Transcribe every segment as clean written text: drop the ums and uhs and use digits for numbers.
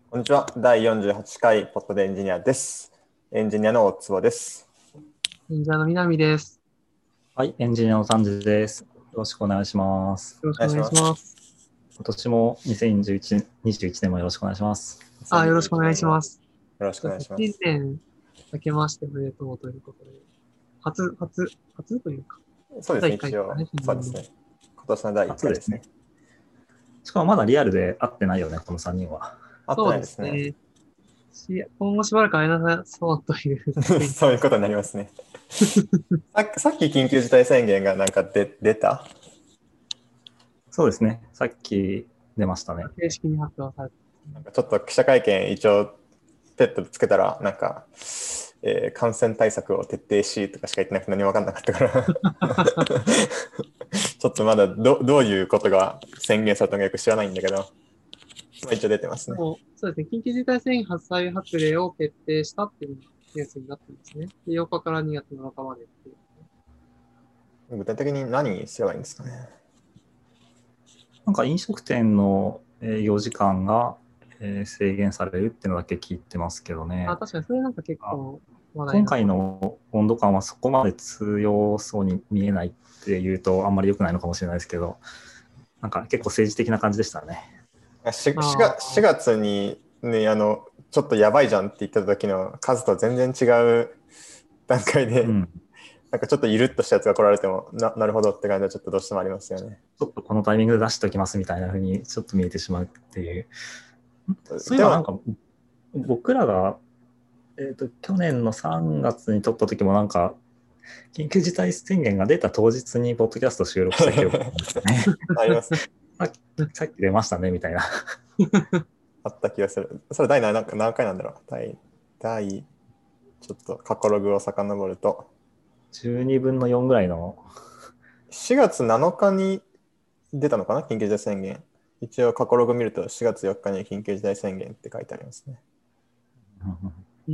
こんにちは。第48回ポッドでエンジニアです。エンジニアの大坪です。 忍者の南です。 はい、エンジニアの丹治です。よろしくお願いします。 よろしくお願いお願いします。 します。 今年も2021年もよろしくお願いします。 よろしくお 2021 願い年もします。 よろしくお願いしま新す。 年明けましておめでとうということで、初というか、第そうですね、 1回ですかね、 一応、 新年の。 そうですね。今年の第1回ですね。 初ですね。しかもまだリアルで会ってないよね、この3人は。 会ってそうでないですね。 すね。今後しばらく会えなさそうという雰囲気。 そういうことになりますね。さっき緊急事態宣言がなんか出た。 そうですね、さっき出ましたね。 正式に発表されてなんかちょっと記者会見一応ペットでつけたら、なんか、感染対策を徹底しとかしか言ってなくて何も分かんなかったからちょっとまだどういうことが宣言されたのかよく知らないんだけど、まあ、一応出てますね。 もう、そうですね、緊急事態宣言発令を決定したっていうニュースになってますね。で8日から2月7日までっていう。 具体的に何すればいいんですかね。 なんか飲食店の営業時間が制限されるっていうのだけ聞いてますけどね。 確かにそれなんか結構話題今回になってます。 の温度感はそこまで強そうに見えないっていうとあんまり良くないのかもしれないですけど、なんか結構政治的な感じでしたね。 4月に、ね、ちょっとやばいじゃんって言ってた時の数と全然違う段階で、 うん。 なんかちょっとゆるっとしたやつが来られてもなるほどって感じはちょっとどうしてもありますよね。 ちょっとこのタイミングで出しておきますみたいな風にちょっと見えてしまうっていう。そういえでも、 ばなんか僕らが、去年の3月に撮った時もなんか緊急事態宣言が出た当日にポッドキャスト収録した記憶なんですよね。 あります。 さっき出ましたねみたいな。 あった気がする。それ何回なんだろう。ちょっと過去ログを遡ると、 12分の4ぐらいの。 4月7日に出たのかな、緊急事態宣言。一応過去ログ見ると4月4日に緊急事態宣言って書いてありますね。 うん。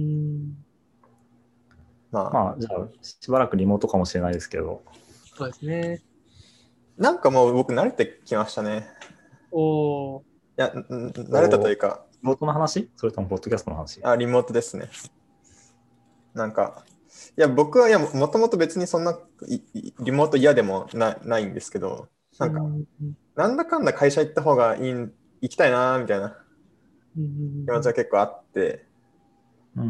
ままあ、じゃあ、しばらくリモートかもしれないですけど。 そうですね。 あ、なんかもう僕慣れてきましたね。 おー。 いや、慣れたというか、 リモートの話それともポッドキャストの話？ リモートですね。なんか、いや、僕はもともと別にそんなリモート嫌でもないんですけど、なんか、 うん。 なんだかんだ会社行った方が行きたいなみたいなうん。 気持ちは結構あって、 うん。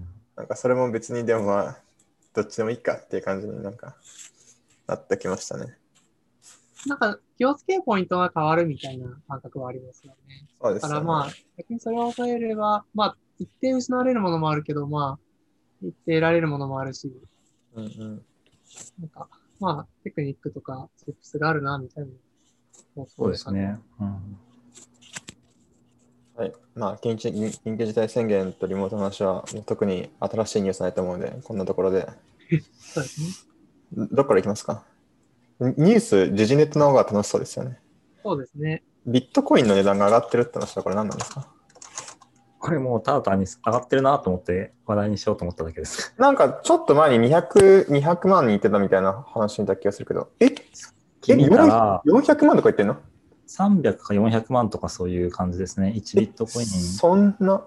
なんかそれも別にでもまあ、どっちでもいいかっていう感じになんかなってきましたね。 なんか気をつけるポイントが変わるみたいな感覚はありますよね。 そうだかですよね。 らまあ、逆にそれを抑えれば、まあ、一定失われるものもあるけど、まあ、一定得られるものもあるし、 うんうん。 なんか、まあ、テクニックとか、ステップスがあるな、みたいなのをすそうごい感じ。 ですね。うん。 はい。まあ緊急事態宣言とリモートの話は特に新しいニュースないと思うので、こんなところで。 そうですね。 どっから行きますか？ニュース、時事ネットの方が楽しそうですよね。 そうですね。 ビットコインの値段が上がってるって話はこれ何なんですか？ これもうただ単に上がってるなと思って話題にしようと思っただけです。 なんかちょっと前に200万人いってたみたいな話見た気がするけど、 見たら 400万とか言ってんの 300か400万とかそういう感じですね。1ビットコイン。 そんな、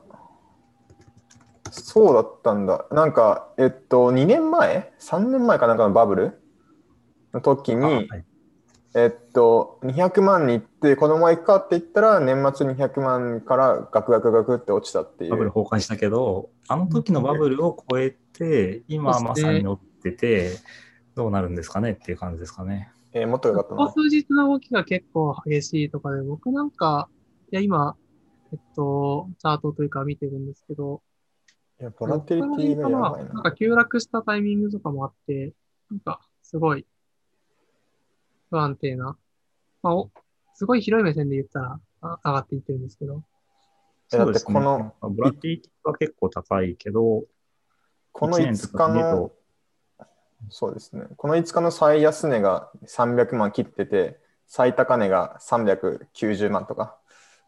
そうだったんだ。なんか、2年前 ?3 年前かなんかのバブルの時に、 はい、 200万に行って、このまま行くかって言ったら、年末200万からガクガクガクって落ちたってバブルいう。 崩壊したけど、あのうん時のバブルを超えて、 そう今まさにですね。 乗ってて、どうなるんですかねっていう感じですかね。 もっとよかったな。 ここ数日の動きが結構激しいとかで、僕なんか、いや、今、チャートというか見てるんですけど、 いや、ボラどっからティリティが辺かなやばいな。 なんか急落したタイミングとかもあって、なんか、すごい不安定な、まあ、すごい広い目線で言ったら上がっていってるんですけど、 だってそうですね。なんかボラティリティは結構高いけど、 この 1年と 5 か日の、 見ると、 そうですね。この5日の最安値が300万切ってて、最高値が390万とか。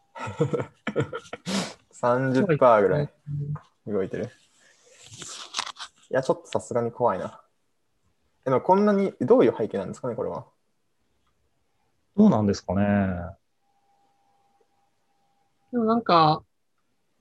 はい。 30%ぐらい動いてる。いや、ちょっとさすがに怖いな。でもこんなに、どういう背景なんですかね、これは。 どうなんですかね。 でもなんか、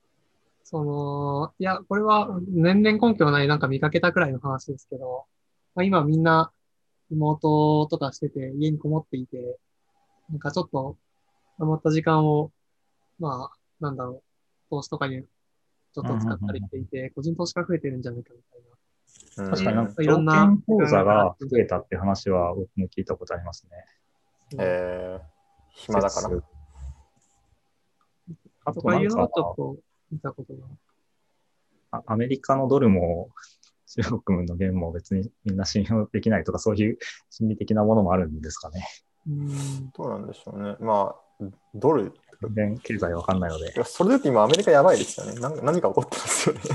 いや、これは年々根拠がないなんか見かけたくらいの話ですけど、まあ、今みんなリモートとかしてて家にこもっていて、なんかちょっと余った時間を、まあ、なんだろう、投資とかにちょっうんうんうんと使ったりしていて、個人投資が増えてるんじゃないかみたいな。 確かになんかで、いろ証んな券口座考え方があっがてんじゃないか増えたっていう話は僕も聞いたことありますね。 暇だから。 あととなんか、 かいうのをちょっと見たことが。 アメリカのドルも中国の元も別にみんな信用できないとか、そういう心理的なものもあるんですかね。 どうなんでしょうね。まあ、ドル。 全然経済わかんないので。 それだって今アメリカやばいですよね。何か起こってますよね。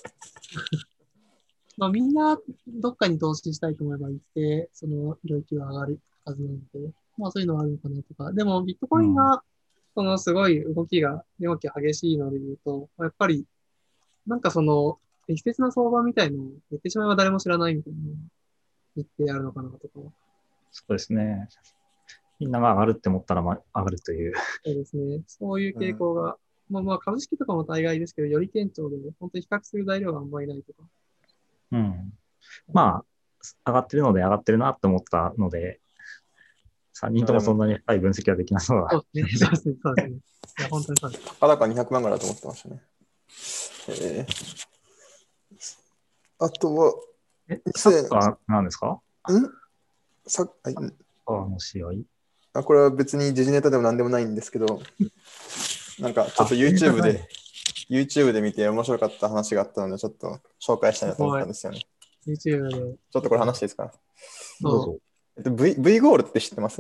まあみんなどっかに投資したいと思えば一定、その領域は上がるはずなので、まあそういうのはあるのかなとか。でもビットうん。 コインが、そのすごい値動きが激しいので言うと、やっぱりなんか適切な相場みたいのを言ってしまえば誰も知らないみたいなのを言ってあるのかなとか。 そうですね。みんなが上がるって思ったら、上がるという。 そうですね。そういう傾向が、まあ株式とかも大概ですけど、より顕著で、本当に比較する材料があんまりないとか。 うん。まあ、上がってるので上がってるなって思ったので、3人ともそんなに深い分析はできなそうだ。 そうですね。そうですね。そうですね。いや、本当にそうです。 高々200万ぐらいだと思ってましたね。あとは、 サッカーなんですか？の試合。 これは別に時事ネタでも何でもないんですけど、なんかちょっと YouTube で見て面白かった話があったので、ちょっと紹介したいなと思ったんですよね。 YouTube で。 ちょっとこれ話していいですか？ どうぞ。 V ゴールって知ってます？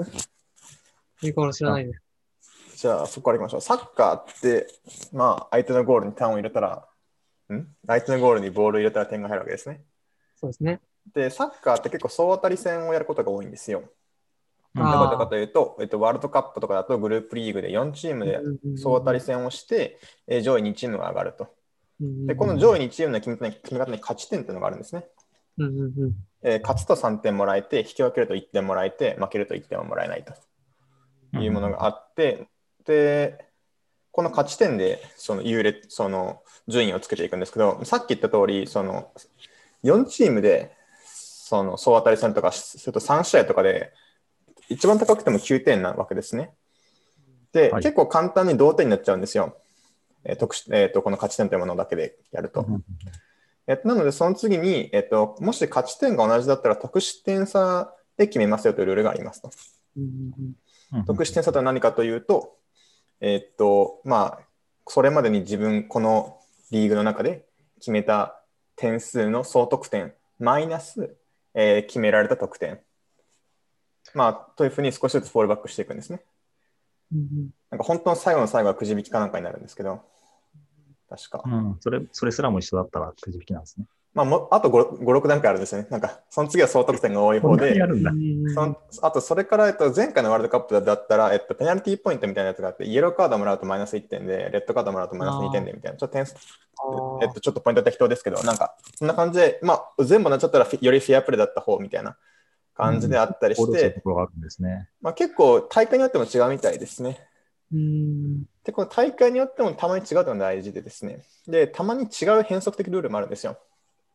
V ゴール知らないです。 じゃあそこからいきましょう。サッカーって、まあ相手のゴールにターンを入れたら、相手のゴールにボールを入れたら点が入るわけですね。 そうですね。 で、サッカーって結構総当たり戦をやることが多いんですよ。どういうことかというと、ワールドカップとかだとグループリーグで4チームで総当たり戦をして、上位2チームが上がると。で、この上位2チームの決め方に勝ち点というのがあるんですね。勝つと3点もらえて、引き分けると1点もらえて、負けると1点はもらえないというものがあって、で、この勝ち点でその順位をつけていくんですけど、さっき言った通り、4チームでその総当たり戦とかすると3試合とかで一番高くても9点なわけですね。で、結構簡単に同点になっちゃうんですよ。この勝ち点というものだけでやると。なので、その次に、もし勝ち点が同じだったら得失点差で決めますよというルールがありますと。得失点差とは何かというと、まあ、それまでにこのリーグの中で決めた点数の総得点、マイナス、決められた得点。まあ、というふうに少しずつフォールバックしていくんですね。なんか本当の最後の最後はくじ引きかなんかになるんですけど、確か。 それすらも一緒だったらくじ引きなんですね。 まあ、あと5、6段階あるんですよね。なんか、その次は総得点が多い方で、あと、それから、前回のワールドカップだったら、ペナルティーポイントみたいなやつがあって、イエローカードもらうとマイナス1点で、レッドカードもらうとマイナス2点でみたいな、ちょっと点数、ちょっとポイント適当ですけど、なんか、そんな感じで、まあ、全部なっちゃったらよりフェアプレーだった方みたいな感じであったりして、まあ、結構大会によっても違うみたいですね。で、この大会によってもたまに違うのが大事でですね。で、たまに違う変則的ルールもあるんですよ。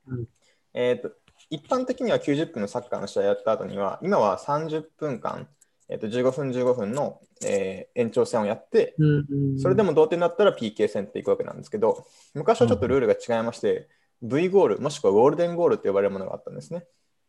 一般的には90分のサッカーの試合をやった後には、今は30分間、15分15分の、延長戦をやって、それでも同点だったら PK 戦っていくわけなんですけど、昔はちょっとルールが違いまして、V ゴール、もしくはゴールデンゴールと呼ばれるものがあったんですね。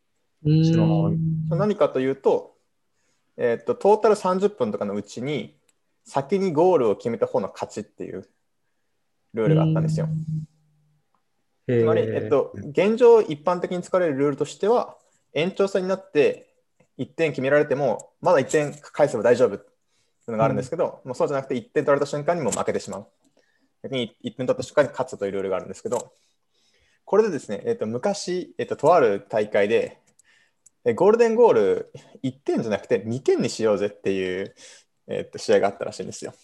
何かというと、トータル30分とかのうちに、先にゴールを決めた方の勝ちっていうルールがあったんですよ。つまり、現状一般的に使われるルールとしては、延長戦になって1点決められても、まだ1点返せば大丈夫っていうのがあるんですけど、もうそうじゃなくて1点取られた瞬間にもう負けてしまう。逆に1点取った瞬間に勝つというルールがあるんですけど、これでですね、昔、とある大会で、ゴールデンゴール1点じゃなくて2点にしようぜっていう、試合があったらしいんですよ。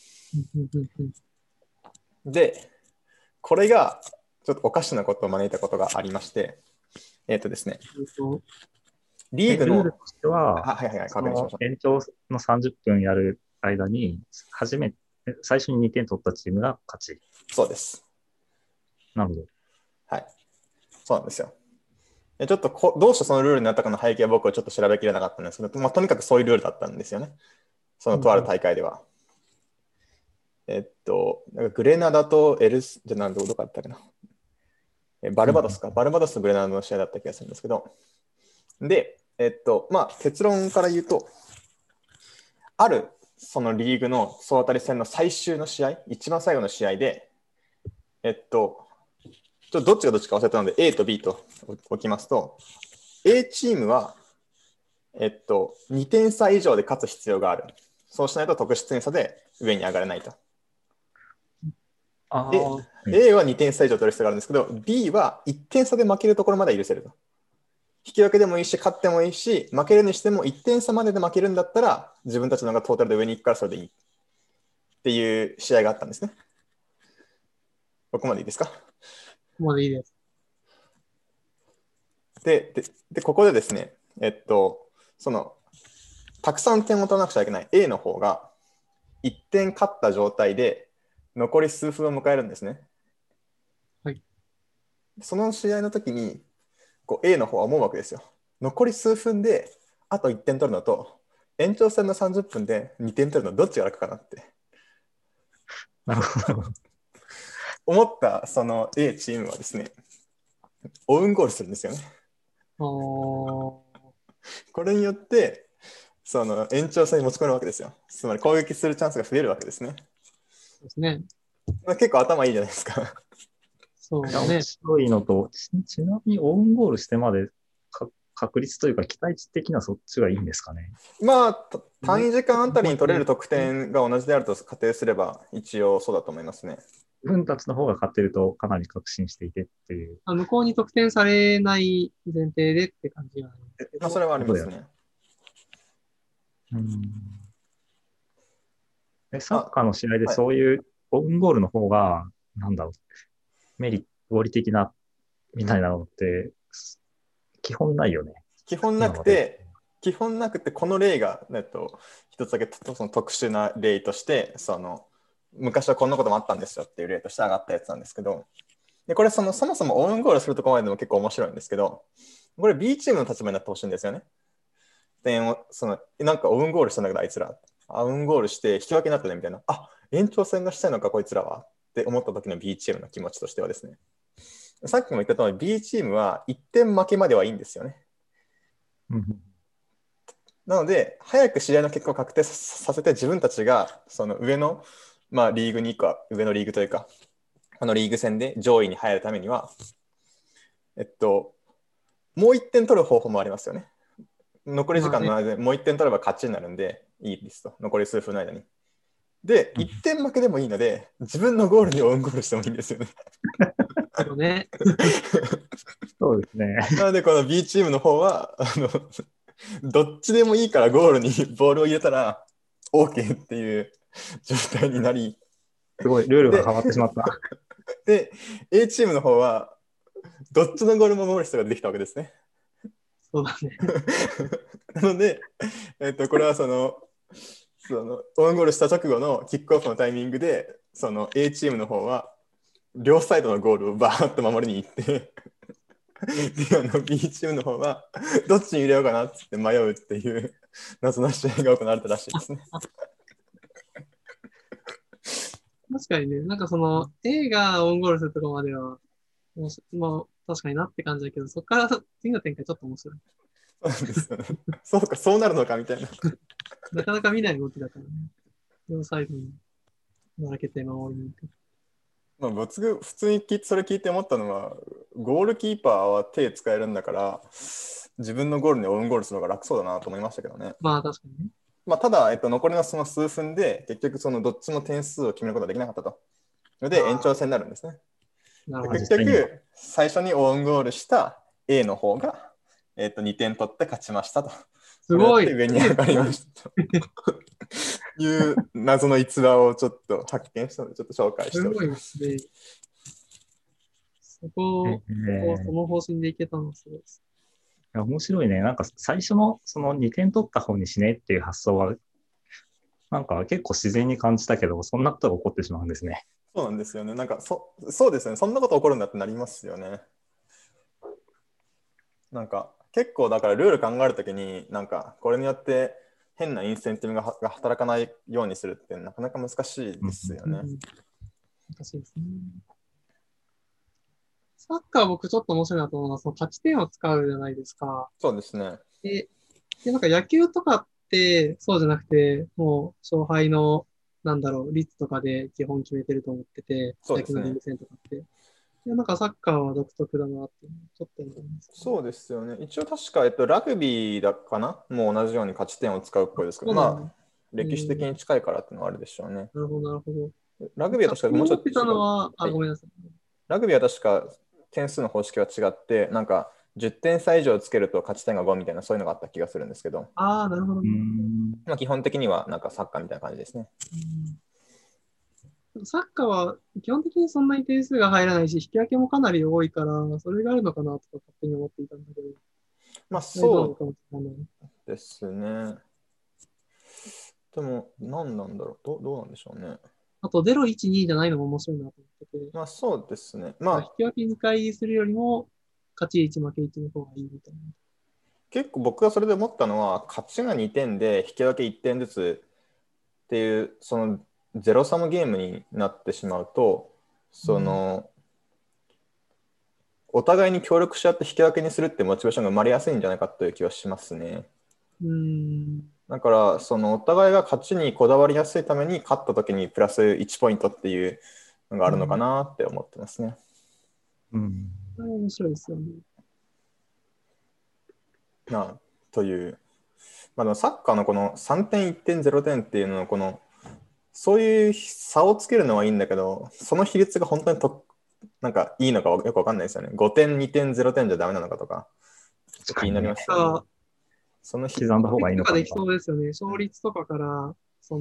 で、これがちょっとおかしなことを招いたことがありまして、ですね、リーグのルールとしては、延長の30分やる間に、最初に2点取ったチームが勝ち。 そうです。 なるほど。 はい。そうなんですよ。ちょっとどうしてそのルールになったかの背景は僕はちょっと調べきれなかったんですけど、まあ、とにかくそういうルールだったんですよね。そのとある大会では。なんかグレナダとじゃなんどこだったっけな。バルバドスか。バルバドスとグレナダの試合だった気がするんですけど。で、まあ、結論から言うと、あるそのリーグの総当たり戦の最終の試合、一番最後の試合で、ちょっとどっちがどっちか忘れたので A と B と置きますと、A チームは、2点差以上で勝つ必要がある。そうしないと得失点差で上に上がれないと。A は2点差以上取る必要があるんですけど、B は1点差で負けるところまで許せると。引き分けでもいいし、勝ってもいいし、負けるにしても1点差までで負けるんだったら、自分たちのがトータルで上に行くからそれでいいっていう試合があったんですね。ここまでいいですか？ ここまでいいです。 で、ここでですね、たくさん点を取らなくちゃいけない A の方が1点勝った状態で残り数分を迎えるんですね。 はい。 その試合の時にA の方は思うわけですよ。残り数分であと1点取るのと延長戦の30分で2点取るのどっちが楽かなって思ったその A チームはですね、オウンゴールするんですよね。これによってその延長戦に持ち込むわけですよ。つまり攻撃するチャンスが増えるわけですね。 そうですね。 結構頭いいじゃないですか。 そうね。 面白いのと、ちなみにオウンゴールしてまで確率というか期待値的なそっちがいいんですかね。 まあ、単位時間あたりに取れる得点が同じであると仮定すれば一応そうだと思いますね。 自分たちの方が勝ってるとかなり確信していてっていう。 向こうに得点されない前提でって感じがあるんですけど。 それはありますね。 サッカーの試合でそういうオウンゴールの方が、なんだろう、合理的なみたいなのって基本ないよね。 基本なくて、この例が、一つだけその特殊な例として、昔はこんなこともあったんですよっていう例として上がったやつなんですけど、でこれそもそもオウンゴールするところまででも結構面白いんですけど、これ B チームの立場になってほしいんですよね。点をなんかオウンゴールしたんだけどあいつらオウンゴールして引き分けになったねみたいな、延長戦がしたいのかこいつらはって思った時の B チームの気持ちとしてはですね、さっきも言った通り B チームは1点負けまではいいんですよね。なので早く試合の結果を確定させて自分たちがその上の、リーグに行くか上のリーグというかこのリーグ戦で上位に入るためにはもう1点取る方法もありますよね。残り時間の間でもう1点取れば勝ちになるんでいいですと。残り数分の間に。で、1点負けでもいいので、自分のゴールにオウンゴールしてもいいんですよね。 そうね。 そうですね。 なので、この B チームの方は、どっちでもいいからゴールにボールを入れたら OK っていう状態になり。 すごい、ルールが変わってしまった。 で、A チームの方は、どっちのゴールも守る人が出てきたわけですね。 そうだね。 なので、これはオウンゴールした直後のキックオフのタイミングで、A チームの方は両サイドのゴールをバーッと守りに行ってでB チームの方はどっちに入れようかなって迷うっていう謎の試合が行われたらしいですね。 確かにね、なんかA がオウンゴールするところまでは、確かになって感じだけど、そこから次の展開ちょっと面白い。 そうなんですよね。そうか、そうなるのかみたいな。 なかなか見ない動きだからね。両サイドにばらけて守りに行く。 僕、普通にそれ聞いて思ったのは、ゴールキーパーは手使えるんだから、自分のゴールにオウンゴールするのが楽そうだなと思いましたけどね。 確かにね。 ただ、残りのその数分で、結局どっちも点数を決めることができなかったと。ので、延長戦になるんですね。結局、最初にオウンゴールした A の方が、2点取って勝ちましたと。 すごい。 上に上がりましたと。いう謎の逸話をちょっと発見したので、ちょっと紹介しておきます。 すごいですね。その方針でいけたのすごいです。 面白いね。なんか最初のその2点取った方にしねっていう発想は、なんか結構自然に感じたけど、そんなことが起こってしまうんですね。 そうなんですよね。なんかそうですよね。そんなこと起こるんだってなりますよね。なんか結構だからルール考えるときになんかこれによって変なインセンティブが働かないようにするってなかなか難しいですよね。 難しいですね。サッカー僕ちょっと面白いなと思うのは、その勝ち点を使うじゃないですか。 そうですね。 で、なんか野球とかってそうじゃなくて、もう勝敗の、率とかで基本決めてると思ってて、 そうですね。 野球のリーグ戦とかって。なんかサッカーは独特だなってちょっと思います、ね。 そうですよね。一応確か、ラグビーだかなもう同じように勝ち点を使うっぽいですけど、 そうなんだ。 まあ、歴史的に近いからっていうのはあるでしょうね。 なるほど、なるほど。 ラグビーは確かもうちょっと思ってたのは、 はい。 ごめんなさい。 ラグビーは確か点数の方式は違って、なんか10点差以上つけると勝ち点が5みたいなそういうのがあった気がするんですけど、 ああ、なるほど、ね。 まあ、基本的にはなんかサッカーみたいな感じですね。 サッカーは基本的にそんなに点数が入らないし、引き分けもかなり多いから、それがあるのかなとか勝手に思っていたんだけど、 まあ実際どうなそうのかもしれない。 ですね。でも何なんだろう。どうなんでしょうね。 あと、0、1、2じゃないのも面白いなと思ってて、 まあそうですね。 引き分け2回するよりも、勝ち1、負け1の方がいいみたいな。 結構僕がそれで思ったのは、勝ちが2点で引き分け1点ずつっていう、そのゼロサムゲームになってしまうと、お互いに協力し合って引き分けにするってモチベーションが生まれやすいんじゃないかという気はしますね。だから、お互いが勝ちにこだわりやすいために、勝った時にプラス1ポイントっていうのがあるのかなって思ってますね。 これ面白いですよね。 という。でもサッカーのこの3点、1点、0点っていうののそういう差をつけるのはいいんだけど、その比率が本当になんかいいのかよくわかんないですよね。5点、2点、0点じゃダメなのかとか、気になりますよね。その刻んだ方がいいのかできそうですよね。勝率とかから、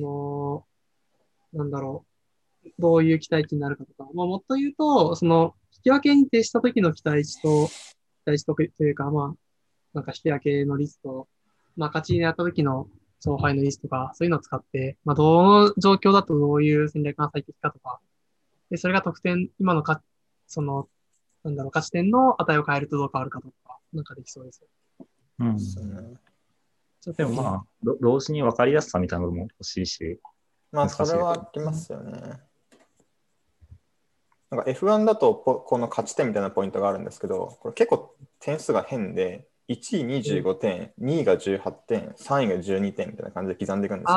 どういう期待値になるかとか。もっと言うと、引き分けに徹した時の期待値というか、なんか引き分けの率と、勝ちになった時の勝敗の率とか、そういうのを使って、どの状況だとどういう戦略が最適かとか、で、それが得点、今のか、その、勝ち点の値を変えるとどう変わるかとか、なんかできそうですよ。でも同時に分かりやすさみたいなのも欲しいし。 それはありますよね。なんか F1 だとこの勝ち点みたいなポイントがあるんですけど、これ結構点数が変で、1位25点、2位が18点、3位が12点みたいな感じで刻んでいくんです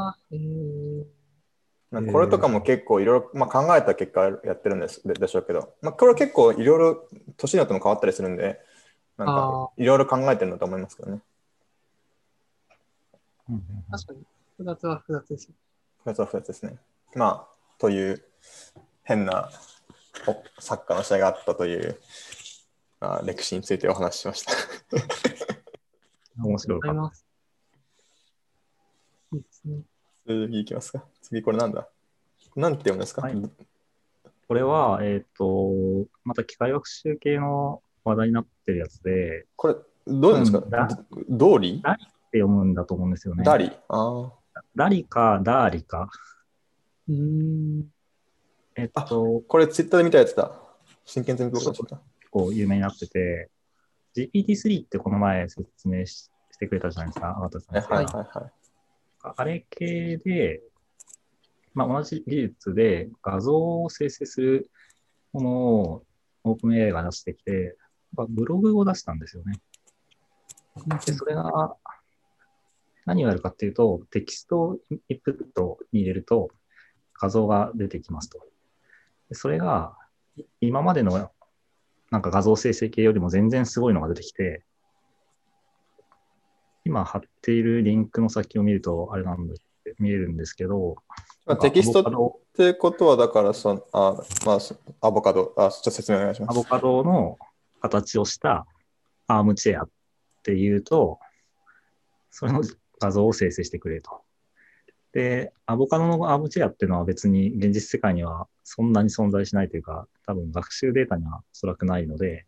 よ。これとかも結構いろいろ考えた結果やってるんでしょうけど、これは結構いろいろ年によっても変わったりするんで、なんかいろいろ考えてるんだと思いますけどね。 確かに。複雑は複雑ですよ。 複雑は複雑ですね。という変なサッカーの試合があったという歴史についてお話ししました。 面白かった。 いいですね。 次いきますか。次これなんだなんて読むんですか、 これは、また機械学習系の話題になってるやつで、 これどういうんですか、ドーリダリって読むんだと思うんですよね。 ダリダリかダーリか。 これツイッターで見たやつだ。真剣ゼミプロ結構有名になってて、GPT-3 ってこの前説明してくれたじゃないですか、天達先生。あれ系で、同じ技術で画像を生成するものをオープン AI が出してきて、ブログを出したんですよね。で、それが何をやるかっていうと、テキストをインプットに入れると画像が出てきますと。でそれが今までのなんか画像生成系よりも全然すごいのが出てきて、今貼っているリンクの先を見るとあれなんだって見えるんですけど、 テキストってことはだからアボカド、ちょっと説明お願いします。 アボカドの形をしたアームチェアっていうと、それの画像を生成してくれと。で、アボカドのアームチェアっていうのは別に現実世界にはそんなに存在しないというか、多分学習データにはおそらくないので、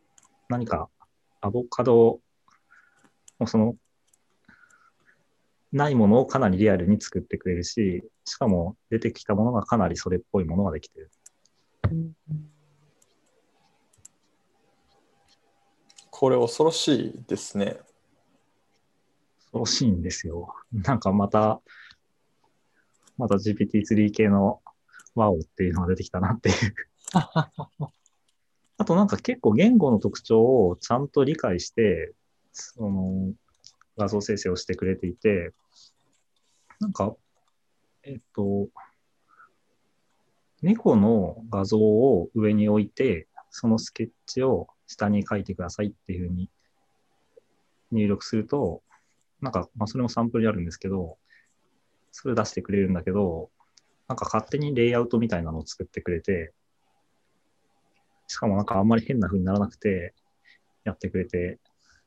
何かアボカドのないものをかなりリアルに作ってくれるし、しかも出てきたものがかなりそれっぽいものができてる。 これ恐ろしいですね。 恐ろしいんですよ。なんかまた GPT-3 系のワオっていうのが出てきたなっていう。あとなんか結構言語の特徴をちゃんと理解して、画像生成をしてくれていて、なんか、猫の画像を上に置いて、そのスケッチを下に書いてくださいっていうふうに入力すると、なんか、それもサンプルにあるんですけど、それ出してくれるんだけど、なんか勝手にレイアウトみたいなのを作ってくれて、しかもなんかあんまり変な風にならなくて、やってくれて、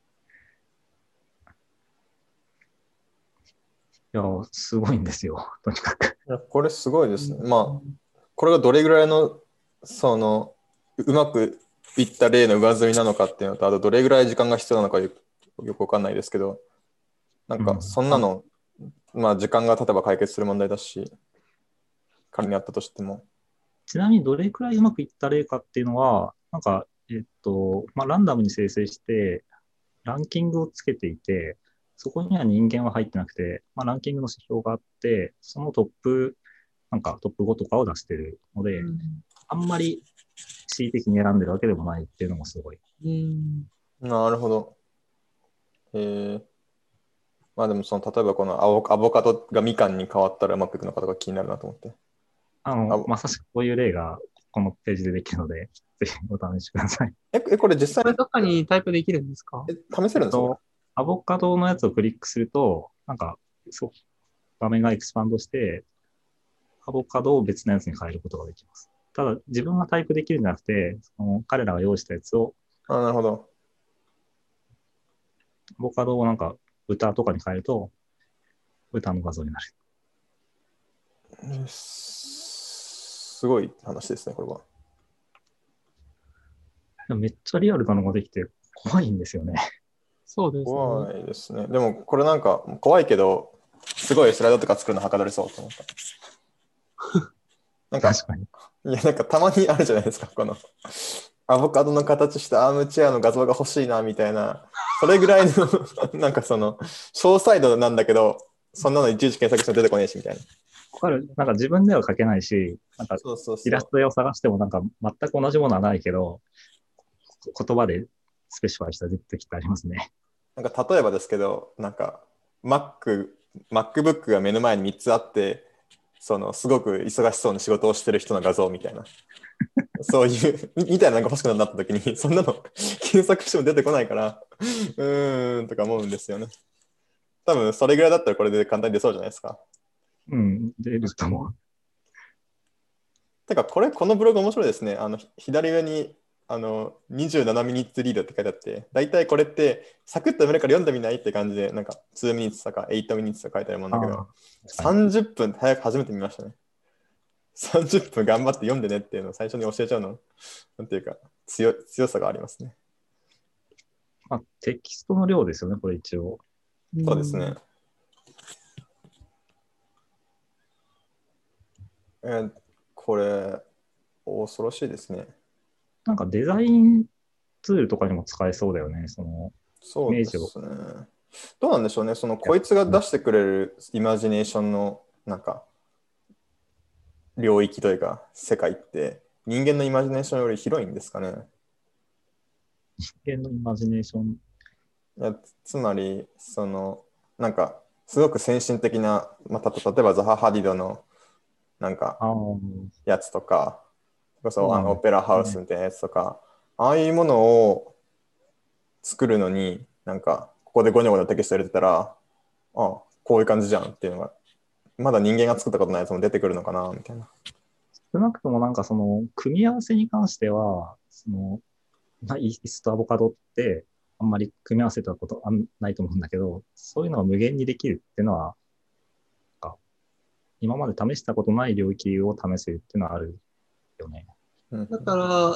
いや、すごいんですよ、とにかく。 いやこれすごいですね。まあ、これがどれぐらいの、うまくいった例の上積みなのかっていうのと、あとどれぐらい時間が必要なのかよくわかんないですけど、なんかそんなの、まあ時間が経てば解決する問題だし、仮にあったとしても。 ちなみにどれくらいうまくいった例かっていうのは、なんか、ランダムに生成して、ランキングをつけていて、そこには人間は入ってなくて、ランキングの指標があって、そのなんかトップ5とかを出してるので、あんまり恣意的に選んでるわけでもないっていうのもすごい。 なるほど。まあでも例えばこのアボカドがみかんに変わったらうまくいくのかとか気になるなと思って。 まさしくこういう例がこのページでできるので、ぜひお試しください。 これ実際これどっかにタイプできるんですか？ 試せるんですか？ アボカドのやつをクリックすると、なんか、画面がエクスパンドして、アボカドを別のやつに変えることができます。ただ、自分がタイプできるんじゃなくて、彼らが用意したやつを、 なるほど。 アボカドをなんか、豚とかに変えると、豚の画像になる。 すごい話ですね、これは。 めっちゃリアルなのができて怖いんですよね。 そうですね。 怖いですね。でも、これなんか怖いけど、すごいスライドとか作るのはかどりそうと思った。なんか、 確かに。 いや、なんかたまにあるじゃないですか、このアボカドの形したアームチェアの画像が欲しいな、みたいな、それぐらいのなんか小サイドなんだけど、そんなのいちいち検索しても出てこねえし、みたいな。 わかる。なんか自分では書けないし、なんかイラストを探してもなんか全く同じものはないけど、言葉でスペシファイした出てきてありますね。 なんか例えばですけど、なんか MacBook が目の前に3つあって、すごく忙しそうな仕事をしてる人の画像みたいな、そういうみたいなのが欲しくなった時に、そんなの検索しても出てこないから、とか思うんですよね。多分それぐらいだったらこれで簡単に出そうじゃないですか。 うん、出ると思う。 てか、このブログ面白いですね。左上に27ミニッツリードって書いてあって、だいたいこれってサクッと読めるから読んでみないって感じで、なんか2ミニッツとか8ミニッツとか書いてあるもんだけど、30分早く初めて見ましたね。30分頑張って読んでねっていうのを最初に教えちゃうの、なんていうか強さがありますね。 テキストの量ですよね、これ一応。 そうですね。これ、恐ろしいですね。 なんかデザインツールとかにも使えそうだよね、 そうですね。どうなんでしょうね、こいつが出してくれるイマジネーションの、なんか、領域というか、世界って、人間のイマジネーションより広いんですかね。 人間のイマジネーション。 つまり、なんか、すごく先進的な、例えばザハ・ハディドの、なんか、やつとか、オペラハウスみたいなやつとか、ああいうものを作るのに、なんか、ここでゴニョゴニョテキスト入れてたら、こういう感じじゃんっていうのが、まだ人間が作ったことないやつも出てくるのかな、みたいな。 少なくともなんか組み合わせに関しては、イースとアボカドってあんまり組み合わせたことないと思うんだけど、そういうのが無限にできるっていうのは、今まで試したことない領域を試せるっていうのはあるよね。 だから、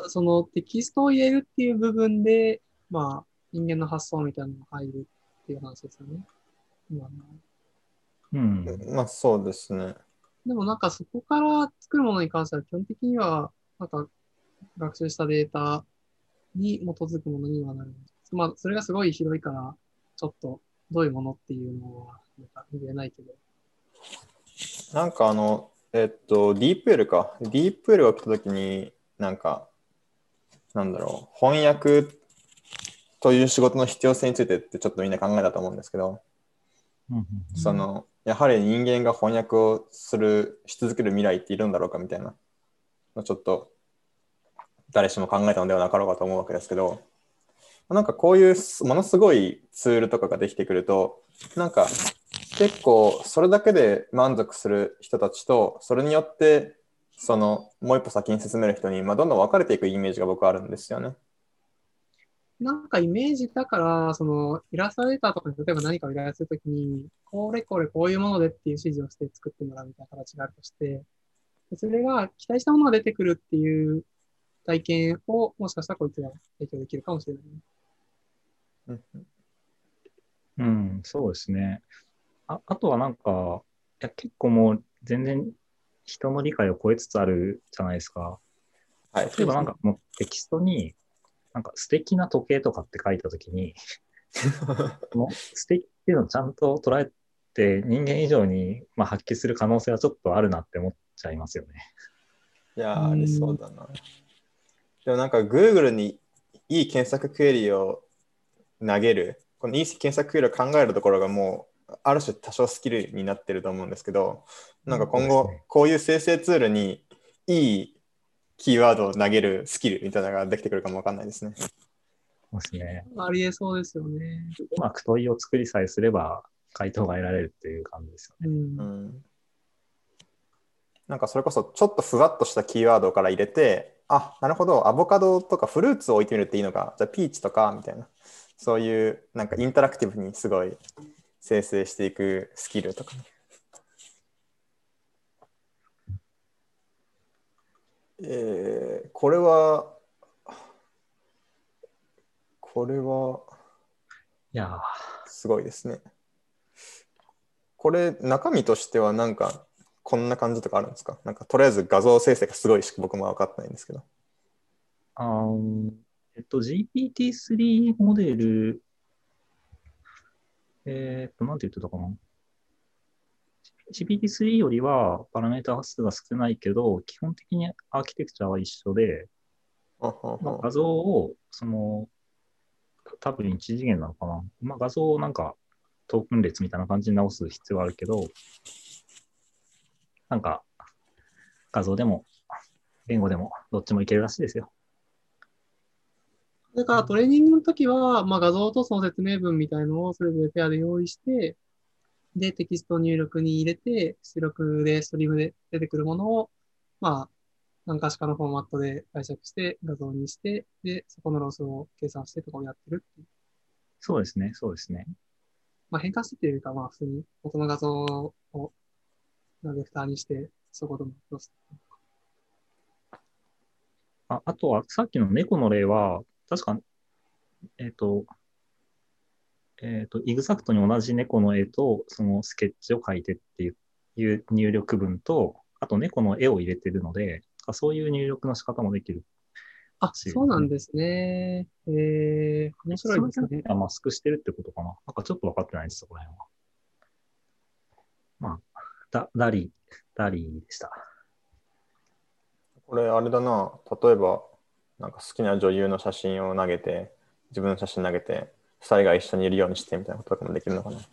テキストを入れるっていう部分で、人間の発想みたいなのが入るっていう話ですよね。 うん。 まあそうですね。 でもなんかそこから作るものに関しては基本的には、なんか学習したデータに基づくものにはなる。まあそれがすごい広いから、ちょっとどういうものっていうのはなんか言えないけど。 なんかディープ L か。ディープ L が来たときに、なんか、なんだろう、翻訳という仕事の必要性についてってちょっとみんな考えたと思うんですけど、 うんうんやはり人間が翻訳をし続ける未来っているんだろうかみたいな、ちょっと誰しも考えたのではなかろうかと思うわけですけど、なんかこういうものすごいツールとかができてくると、なんか結構それだけで満足する人たちと、それによってもう一歩先に進める人に、どんどん分かれていくイメージが僕はあるんですよね。 なんかイメージだから、そのイラストレーターとかに例えば何かを依頼するときに、これこれこういうものでっていう指示をして作ってもらうみたいな形があるとして、それが期待したものが出てくるっていう体験をもしかしたらこいつが提供できるかもしれない。 うん、そうですね。あとはなんか、いや結構もう全然人の理解を超えつつあるじゃないですか。 はい。 例えばなんかもうテキストに、なんか素敵な時計とかって書いたときに、この素敵っていうのをちゃんと捉えて人間以上に、発揮する可能性はちょっとあるなって思っちゃいますよね。 いやー、ありそうん。 うだな。でもなんか Google にいい検索クエリを投げる、このいい検索クエリを考えるところがもうある種多少スキルになってると思うんですけど、なんか今後そうですね。 こういう生成ツールにいいキーワードを投げるスキルみたいなのができてくるかもわかんないですね。 そうですね。 ありえそうですよね。 うまく問いを作りさえすれば回答が得られるっていう感じですよね。 うん。 うん。なんかそれこそちょっとふわっとしたキーワードから入れて、あ、なるほど、アボカドとかフルーツを置いてみるっていいのか、じゃあピーチとかみたいな、そういうなんかインタラクティブにすごい生成していくスキルとかね。これはいやすごいですね。これ中身としてはなんかこんな感じとかあるんですか？なんかとりあえず画像生成がすごいしか僕も分かってないんですけど。 GPT-3 モデル、なんて言ってたかな。GPT-3 よりはパラメータ数が少ないけど、基本的にアーキテクチャは一緒で、画像を、多分一次元なのかな。画像をなんかトークン列みたいな感じに直す必要はあるけど、なんか画像でも言語でもどっちもいけるらしいですよ。 だからトレーニングの時は、まあ、画像とその説明文みたいのをそれぞれペアで用意して、で、テキスト入力に入れて、出力で、ストリームで出てくるものを、まあ、何かしかのフォーマットで解釈して画像にして、で、そこのロスを計算してとかをやってるっていう。 そうですね、そうですね。 まあ、変換してっていうよりか、まあ、普通に元の画像をベクターにして、そことのロス。 あとはさっきの猫の例は、確か、えっと、イグザクトに同じ猫の絵と、そのスケッチを描いてっていう入力文と、あと猫の絵を入れてるので、そういう入力の仕方もできるあ、 しいですね。 そうなんですね。面白そのいですね。 辺はマスクしてるってことかな。なんかちょっと分かってないです、そこら辺は。まあ、ダリーでした。 これあれだな、例えばなんか好きな女優の写真を投げて、自分の写真投げて、2人が一緒にいるようにしてみたいなこととかもできるのかな。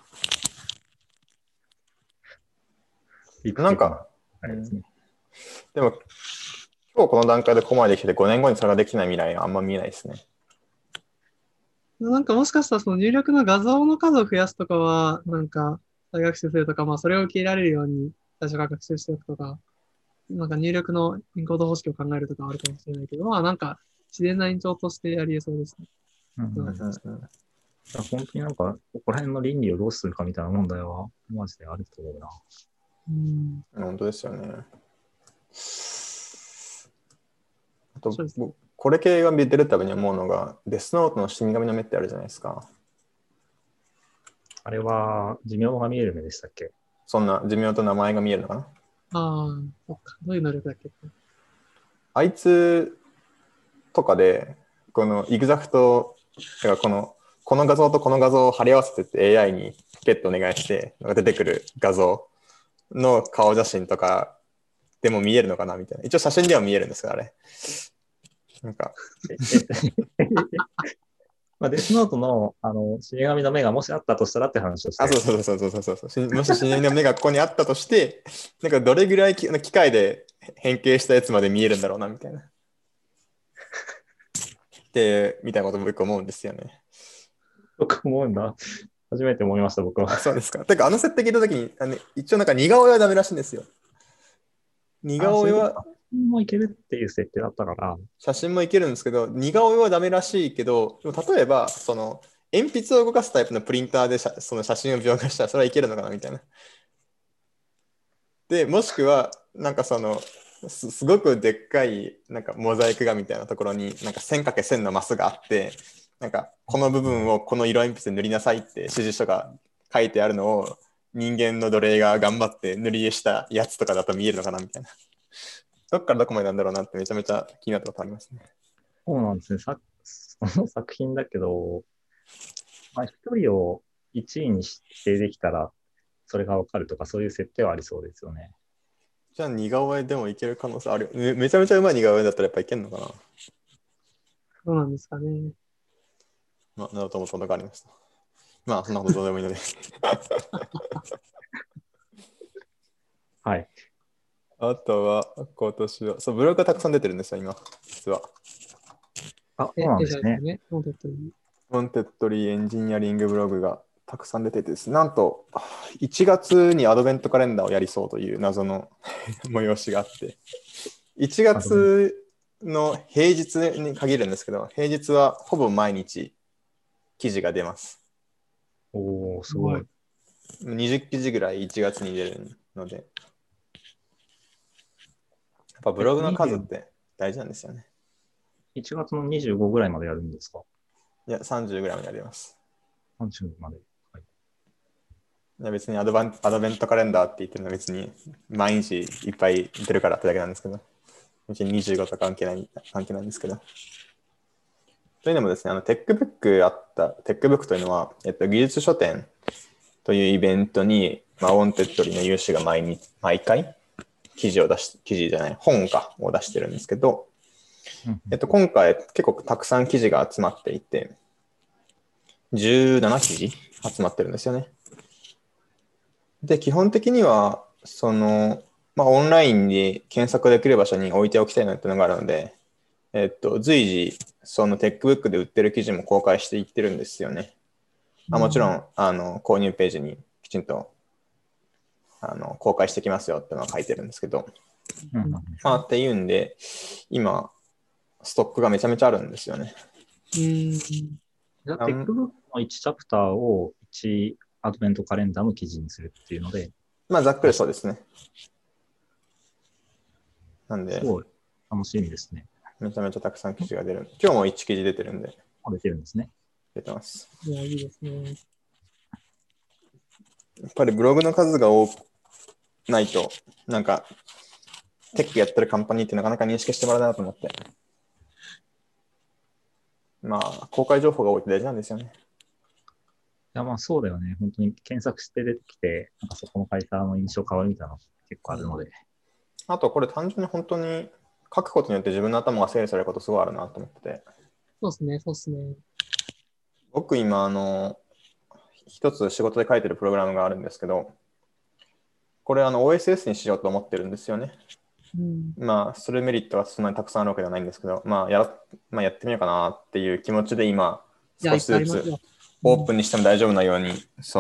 ディープフェイクのなんか、 あれですね。 でも今日この段階でここまでできて5年後にそれができない未来はあんま見えないですね。 なんかもしかしたらその入力の画像の数を増やすとかは、なんか再学習するとか、まあそれを受け入れられるように最初から学習しておくとか、なんか入力のエンコード方式を考えるとかあるかもしれないけど、まあなんか自然な延長としてやり得そうですね。 うんうんうんうん。 本当になんか、ここら辺の倫理をどうするかみたいな問題は、マジであると思うな。 うん。 本当ですよね。あとそうですね。 これ系が出るたびに思うのが、デスノートの死神の目ってあるじゃないですか。 あれは、寿命が見える目でしたっけ？ そんな寿命と名前が見えるのかな。 ああ、そっか。どういう能力だっけ？ あいつとかで、このエグザクト、だからこの画像とこの画像を貼り合わせてって AI にゲットお願いして、出てくる画像の顔写真とかでも見えるのかなみたいな。一応写真では見えるんですが、あれ。なんか。 まあ、デスノートの、死神の目がもしあったとしたらって話をして。 そう。もし死神の目がここにあったとして、なんかどれぐらい機械で変形したやつまで見えるんだろうな、みたいな。みたいなこともよく思うんですよね。 僕思うんだ。初めて思いました、僕は。 そうですか。てか、設定聞いたときに、一応なんか似顔絵はダメらしいんですよ。似顔絵は。 もいけるっていう設定だったから。 写真もいけるんですけど、似顔絵はダメらしいけど、例えば、鉛筆を動かすタイプのプリンターでその写真を描画したら、それはいけるのかなみたいな。で、もしくは、なんかすごくでっかいなんかモザイク画みたいなところになんか 1000×1000 のマスがあって、なんかこの部分をこの色鉛筆で塗りなさいって指示書が書いてあるのを人間の奴隷が頑張って塗り絵したやつとかだと見えるのかなみたいな。どっからどこまでなんだろうなってめちゃめちゃ気になったことありますね。 そうなんですね。その作品だけど、まあ、一人を1位に指定できたらそれがわかるとかそういう設定はありそうですよね。 じゃあ似顔絵でもいける可能性あるよ。めちゃめちゃうまい似顔絵だったらやっぱいけるのかな。 そうなんですかね。 まあ、なると思ったことがありました。まあ、そんなことどうでもいいので。 はい。 あとは、今年は、ブログがたくさん出てるんですよ、今、実は。 そうなんですね。 モンテッドリー。 モンテッドリーエンジニアリングブログがたくさん出ててですね、なんと、1月にアドベントカレンダーをやりそうという謎の催しがあって、1月の平日に限るんですけど、平日はほぼ毎日記事が出ます。 おー、すごい。 20記事ぐらい1月に出るので、やっぱブログの数って大事なんですよね。 1月の25ぐらいまでやるんですか？ いや、30ぐらいまでやります。 30まで。はい、 いや別にアドベントカレンダーって言ってるのは別に毎日いっぱい出るからってだけなんですけど、別に25と関係ないんですけど。というのもですね、テックブックというのは、技術書店というイベントに、ウォンテッドリーの有志が毎回本を出してるんですけど、今回結構たくさん記事が集まっていて、17記事集まってるんですよね。で、基本的には、オンラインで検索できる場所に置いておきたいなっていうのがあるので、随時、そのテックブックで売ってる記事も公開していってるんですよね。もちろん、購入ページにきちんと公開してきますよっていうのは書いてるんですけど、っていうんで、今、ストックがめちゃめちゃあるんですよね。 じゃあ、テックブックの1チャプターを1アドベントカレンダーの記事にするっていうので。 ざっくりそうですね。なんで、 すごい楽しみですね。 めちゃめちゃたくさん記事が出る。今日も1記事出てるんで。 出てるんですね。 出てます。 いや、いいですね。 やっぱりブログの数が多くないと、なんか、テックやってるカンパニーってなかなか認識してもらえないなと思って。公開情報が多いと大事なんですよね。 いや、そうだよね。本当に検索して出てきて、なんかそこの会社の印象変わるみたいなの結構あるので。 あと、これ単純に本当に書くことによって自分の頭が整理されることすごいあるなと思ってて。 そうですね。 僕今、一つ仕事で書いてるプログラムがあるんですけど、これOSS にしようと思ってるんですよね。それメリットはそんなにたくさんあるわけではないんですけど、やってみようかなっていう気持ちで今、少しずつオープンにしても大丈夫なように、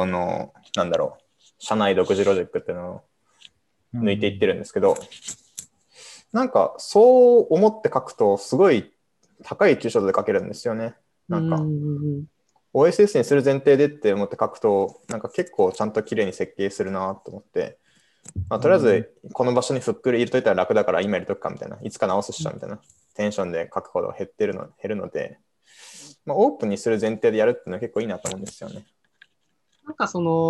社内独自ロジックっていうのを抜いていってるんですけど、なんかそう思って書くとすごい高い抽象度で書けるんですよね。なんか OSS にする前提でって思って書くと、なんか結構ちゃんと綺麗に設計するなと思って、とりあえずこの場所にフック入れといたら楽だから今入れとくかみたいな、いつか直すっしょみたいなテンションで書くほど減るので、オープンにする前提でやるっていうのは結構いいなと思うんですよね。 なんか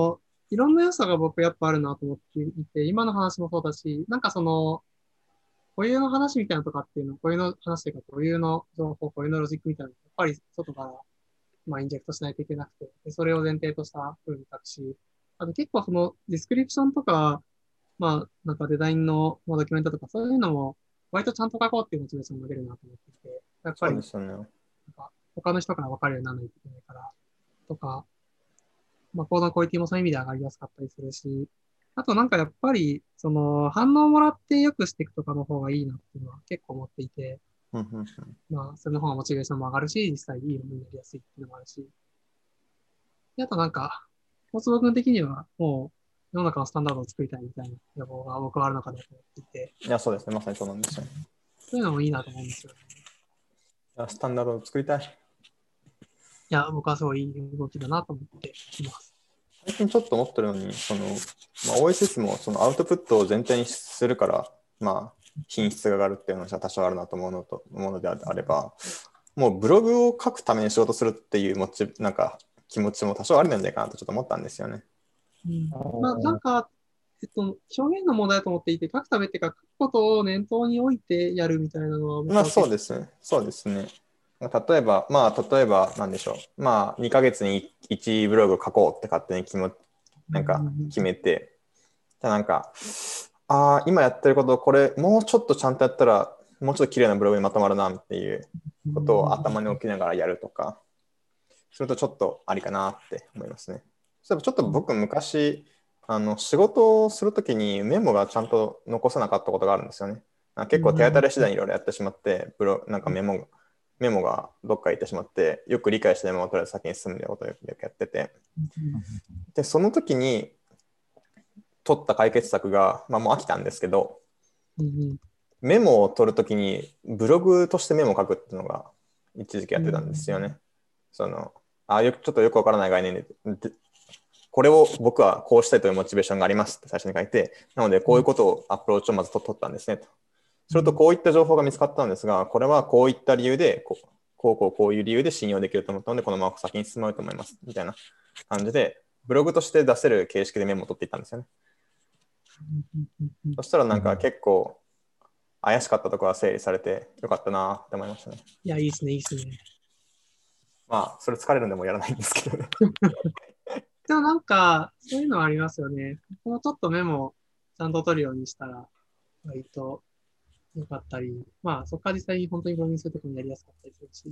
いろんな良さが僕やっぱあるなと思っていて、今の話もそうだし、なんかその、固有の話みたいなのとかっていうの、固有の話というか、固有の情報、固有のロジックみたいなの、やっぱり外から、まあ、インジェクトしないといけなくて、でそれを前提とした風に書くし、あと結構その、ディスクリプションとか、まあ、なんかデザインの、まあ、ドキュメントとか、そういうのも、割とちゃんと書こうっていうモチベーションが出るなと思っていて、やっぱり、なんそうですよね。 か他の人から分かるようにならないといけないから、とか、まあ、コードのクオリティもそういう意味で上がりやすかったりするし、あとなんかやっぱり、その、反応をもらって良くしていくとかの方がいいなっていうのは結構思っていて、 うんうんうん。 まあ、それの方がモチベーションも上がるし、実際いいものになりやすいっていうのもあるし、であとなんか、大坪君的にはもう世の中のスタンダードを作りたいみたいな野望が僕はあるのかなと思っていて、 いや、そうですね。まさにそうなんですよ。 そういうのもいいなと思うんですよね。 いやスタンダードを作りたい。 いや、僕はすごいいい動きだなと思っています。 最近ちょっと思ってるのに、まあ、OSS もそのアウトプットを前提にするから、まあ、品質が上がるっていうのは多少あるなと思うのであれば、もうブログを書くために仕事するっていうなんか気持ちも多少あるんじゃないかなとちょっと思ったんですよね。 まあ、なんか、表現の問題だと思っていて、書くためっていうか、書くことを念頭に置いてやるみたいなのは、 まあそうですね。そうですね。例えば、なんでしょう。まあ、2ヶ月に1ブログ書こうって勝手になんか決めて、なんか、今やってること、これ、もうちょっとちゃんとやったら、もうちょっと綺麗なブログにまとまるなっていうことを頭に置きながらやるとか、するとちょっとありかなって思いますね。そういえばちょっと僕昔、仕事をするときにメモがちゃんと残さなかったことがあるんですよね。結構手当たり次第にいろいろやってしまって、なんかメモがどっか行ってしまって、よく理解してメモをとりあえず先に進むみたいなことをよくやってて。で、その時に取った解決策が、まあもう飽きたんですけど、メモを取るときにブログとしてメモを書くっていうのが一時期やってたんですよね。ちょっとよくわからない概念で、これを僕はこうしたいというモチベーションがありますって最初に書いて、なのでこういうことをアプローチをまず取ったんですねと。するとこういった情報が見つかったんですが、これはこういった理由で、こういう理由で信用できると思ったので、このまま先に進まないと思いますみたいな感じで、ブログとして出せる形式でメモを取っていったんですよね。そしたらなんか結構怪しかったところは整理されてよかったなって思いましたね。 いや、いいですね、いいですね。 まあ、それ疲れるんでもやらないんですけどね。 でもなんか、そういうのはありますよね。もうちょっとメモちゃんと取るようにしたら、割と良かったり、まあ、そこから実際に本当にプログラミングするときもやりやすかったりするし、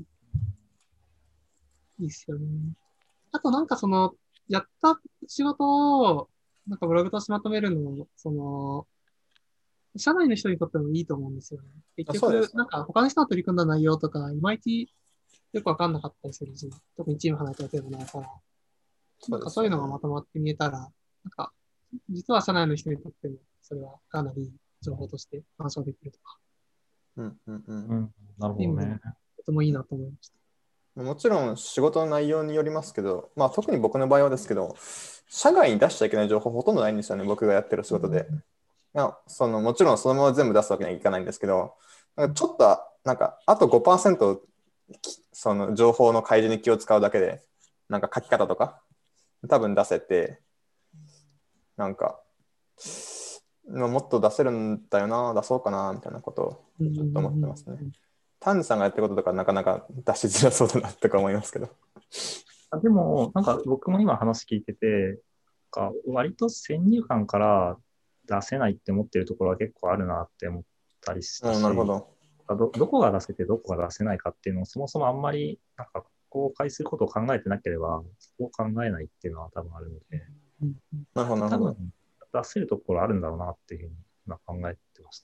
いいっすよね。あとなんかその、やった仕事を、なんかブログとしてまとめるのも、その、社内の人にとってもいいと思うんですよね。結局、なんか他の人が取り組んだ内容とか、いまいちよくわかんなかったりするし、特にチーム離れたわけでもないから、なんかそういうのがまとまって見えたら、なんか、実は社内の人にとっても、それはかなりいい情報として参照できるとか。 なるほどね。 とてもいいなと思いました。 もちろん仕事の内容によりますけど、まあ、特に僕の場合はですけど、社外に出しちゃいけない情報ほとんどないんですよね、僕がやってる仕事で。もちろんそのまま全部出すわけにはいかないんですけど、なんかちょっと、なんかあと 5% その情報の開示に気を使うだけで、なんか書き方とか多分出せて、なんか、もっと出せるんだよな、出そうかな、みたいなことをちょっと思ってますね。丹治さんがやってることとかなかなか出しづらそうだなとか思いますけど。 でも、なんか僕も今話聞いてて、割と先入観から出せないって思ってるところは結構あるなって思ったりしたし、 なるほど。 どこが出せてどこが出せないかっていうのをそもそもあんまりなんか公開することを考えてなければ、そこを考えないっていうのは多分あるので、 なるほど、なるほど。 出せるところあるんだろうなっていうふうに今考えてました。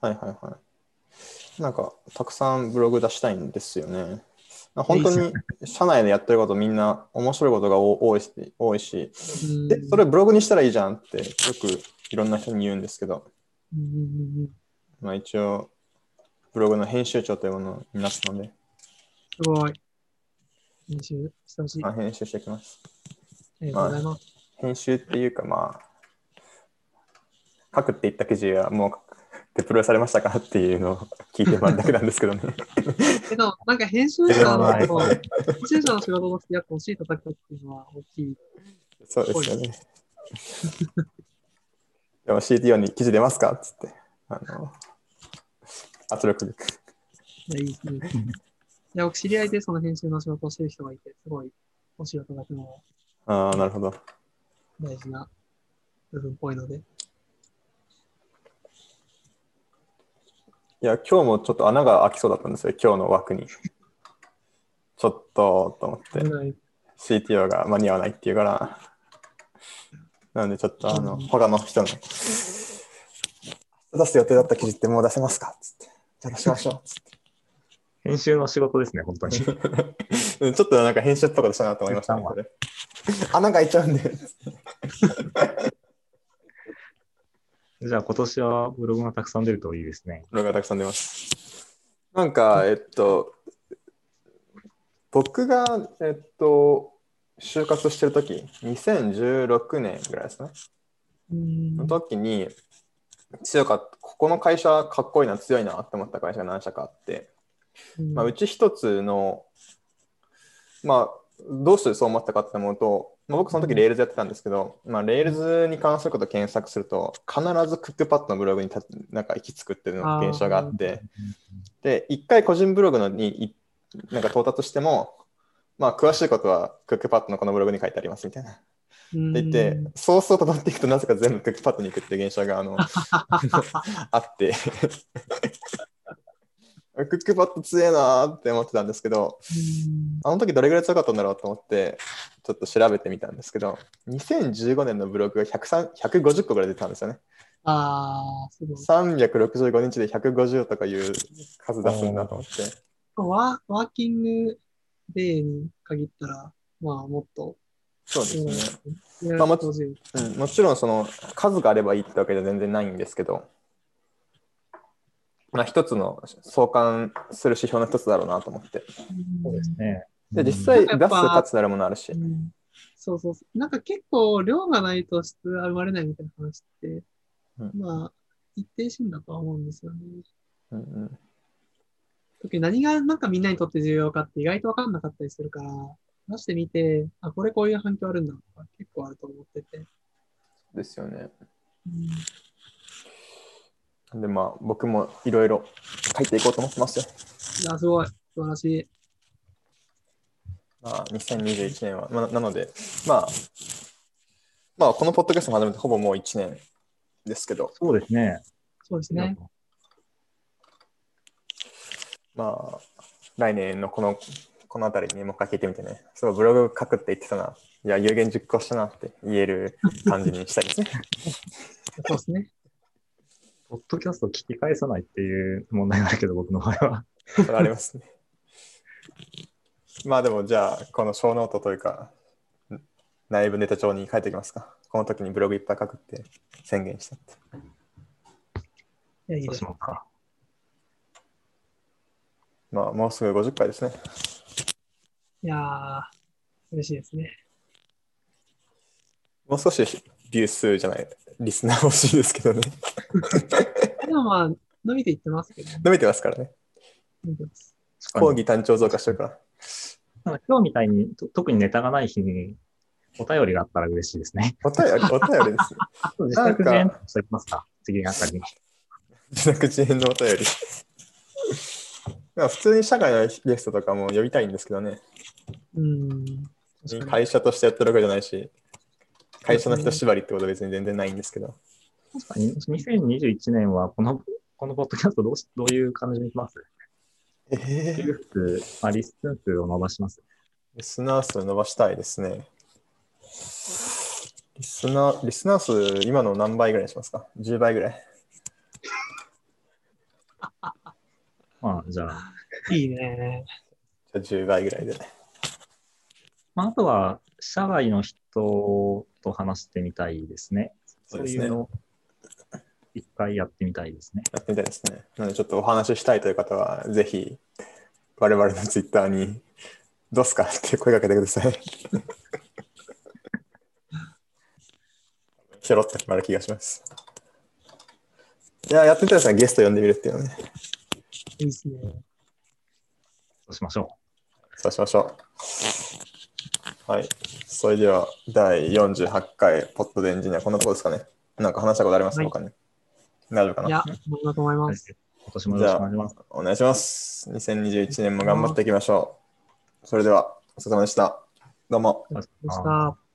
はいはいはい。なんかたくさんブログ出したいんですよね。本当に社内でやってることみんな面白いことが多いし、で、それブログにしたらいいじゃんってよくいろんな人に言うんですけど、まあ一応ブログの編集長というものになったので、 すごい。編集してほしい。 編集していきます。 ありがとうございます。 編集っていうかまあ、書くって言った記事はもうデプロイされましたかっていうのを聞いてもらうだけなんですけどね。 なんか編集者の仕事としてやっぱ欲しい叩くっていうのは大きい。 そうですよね。でも CTO に記事出ますかっつって、圧力で。 いや、いいですね。いや、僕知り合いでその編集の仕事をしてる人がいて、すごいお仕事がてもああ、なるほど。 大事な部分っぽいので。 いや、今日もちょっと穴が開きそうだったんですよ、今日の枠に。ちょっと思って、CTO が間に合わないっていうから、なのでちょっと他の人の、出す予定だった記事ってもう出せますかっつって、じゃあ出しましょうっつって。 編集の仕事ですね、本当に。ちょちょっとなんか編集っぽいことしたなと思いましたね、これ。穴が開いちゃうんで。 じゃあ今年はブログがたくさん出るといいですね。 ブログがたくさん出ます。なんか、僕が、就活してるとき、2016年ぐらいですね。の時に、ここの会社かっこいいな、強いなって思った会社が何社かあって、うち一つの、どうしてそう思ったかって思うと、僕その時レールズやってたんですけど、レールズに関することを検索すると、必ずクックパッドのブログになんか行き着くっていうの現象があって、で、一回個人ブログになんか到達しても、詳しいことはクックパッドのこのブログに書いてありますみたいな。って言って、そうたどっていくとなぜか全部クックパッドに行くっていう現象があってクックパッド強えなーって思ってたんですけど、あの時どれぐらい強かったんだろうと思ってちょっと調べてみたんですけど、2015年のブログが150個ぐらい出たんですよね。 すごい。 365日で150とかいう数出すんだと思って。 ワーキングデーに限ったら、もっと。 そうですね。もちろんその数があればいいってわけでは全然ないんですけど、一つの相関する指標の一つだろうなと思って。 そうですね。 で、実際出す価値なるものあるし。 そうそう。なんか結構量がないと質は生まれないみたいな話って、一定心だとは思うんですよね。特に何がなんかみんなにとって重要かって意外と分かんなかったりするから、出してみて、これこういう反響あるんだとか結構あると思ってて。 ですよね。で、僕もいろいろ書いていこうと思ってますよ。 いや、すごい。素晴らしい。 2021年は、なので、このポッドキャストも始めてほぼもう1年ですけど。 そうですね。 そうですね。 来年のこのあたりにもう一回聞いてみてね、すごいブログ書くって言ってたな、いや、有言実行したなって言える感じにしたいですね。 そうですね。 ポッドキャスト聞き返さないっていう問題があるけど、僕の場合は。 それありますね。でもじゃあ、この小ノートというか、内部ネタ帳に書いておきますか。この時にブログいっぱい書くって宣言したって。 いいですか。 もうすぐ50回ですね。 いやー、嬉しいですね。 もう少しビュー数じゃない、リスナー欲しいですけどね。 でも伸びていってますけど、 伸びてますからね。 伸びてます。 講義単調増加してるから。 今日みたいに特にネタがない日にお便りがあったら嬉しいですね。 お便りですね。 自作自演してますか、次あたりに。 自作自演のお便り。普通に社外のゲストとかも呼びたいんですけどね。会社としてやってるわけじゃないし、会社の人縛りってことは別に全然ないんですけど。 確かに2021年はこのポッドキャストどういう感じにいきます？リスナー数を伸ばします。 リスナー数伸ばしたいですね。リスナー数、今の何倍ぐらいにしますか？ 10 倍ぐらい。 じゃあ。 いいね。 じゃあ10倍ぐらいで。 あとは、社外の人と話してみたいですね。そういうのを一回やってみたいですね。 やってみたいですね。なのでちょっとお話ししたいという方は、ぜひ、我々のツイッターに、どうすかって声かけてください。ひょろっと決まる気がします。いや、やってみたいですね。ゲスト呼んでみるっていうのね。 いいですね。 そうしましょう。 そうしましょう。 はい。それでは、第48回ポッドでエンジニア、こんなところですかね。なんか話したことありますか、他に。大丈夫かな。 いや、そんなと思います。 今年もよろしくお願いします。 お願いします。2021年も頑張っていきましょう。それでは、お疲れ様でした。どうも。 お疲れ様でした。